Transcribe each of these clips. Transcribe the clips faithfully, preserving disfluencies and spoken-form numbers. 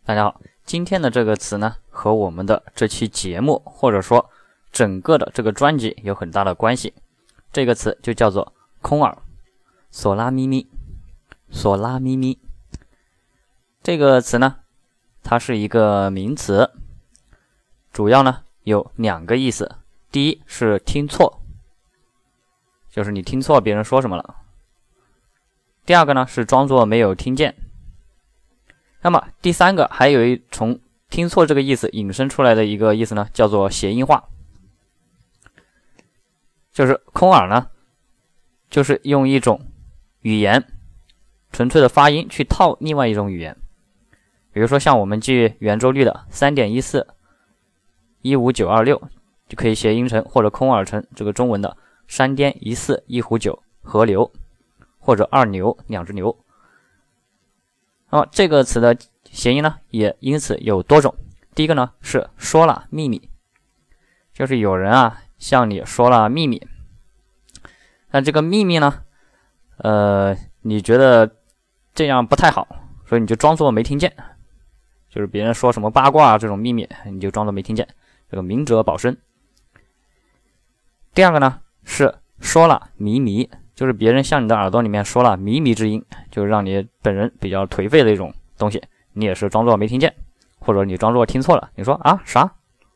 大家好，今天的这个词呢，和我们的这期节目或者说整个的这个专辑有很大的关系。这个词就叫做空耳，索拉咪咪，索拉咪咪。这个词呢，它是一个名词，主要呢有两个意思。第一是听错，就是你听错别人说什么了。第二个呢是装作没有听见。那么第三个还有一从听错这个意思引申出来的一个意思呢，叫做谐音化。就是空耳呢，就是用一种语言纯粹的发音去套另外一种语言。比如说像我们记圆周率的 三点一四一五九二六 就可以谐音成或者空耳成这个中文的三颠一四一壶九河流，或者二牛两只牛。那么这个词的谐音呢，也因此有多种。第一个呢是说了秘密，就是有人啊向你说了秘密，那这个秘密呢，呃，你觉得这样不太好，所以你就装作没听见，就是别人说什么八卦这种秘密，你就装作没听见，这个明哲保身。第二个呢是说了靡靡，就是别人向你的耳朵里面说了靡靡之音，就是让你本人比较颓废的一种东西，你也是装作没听见，或者你装作听错了，你说啊啥？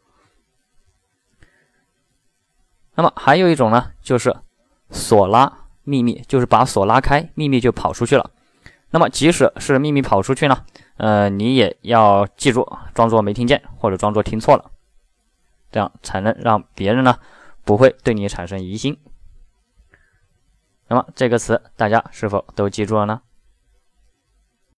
那么还有一种呢，就是索拉秘密，就是把锁拉开，秘密就跑出去了。那么即使是秘密跑出去呢，呃，你也要记住，装作没听见或者装作听错了，这样才能让别人呢不会对你产生疑心。那么这个词大家是否都记住了呢？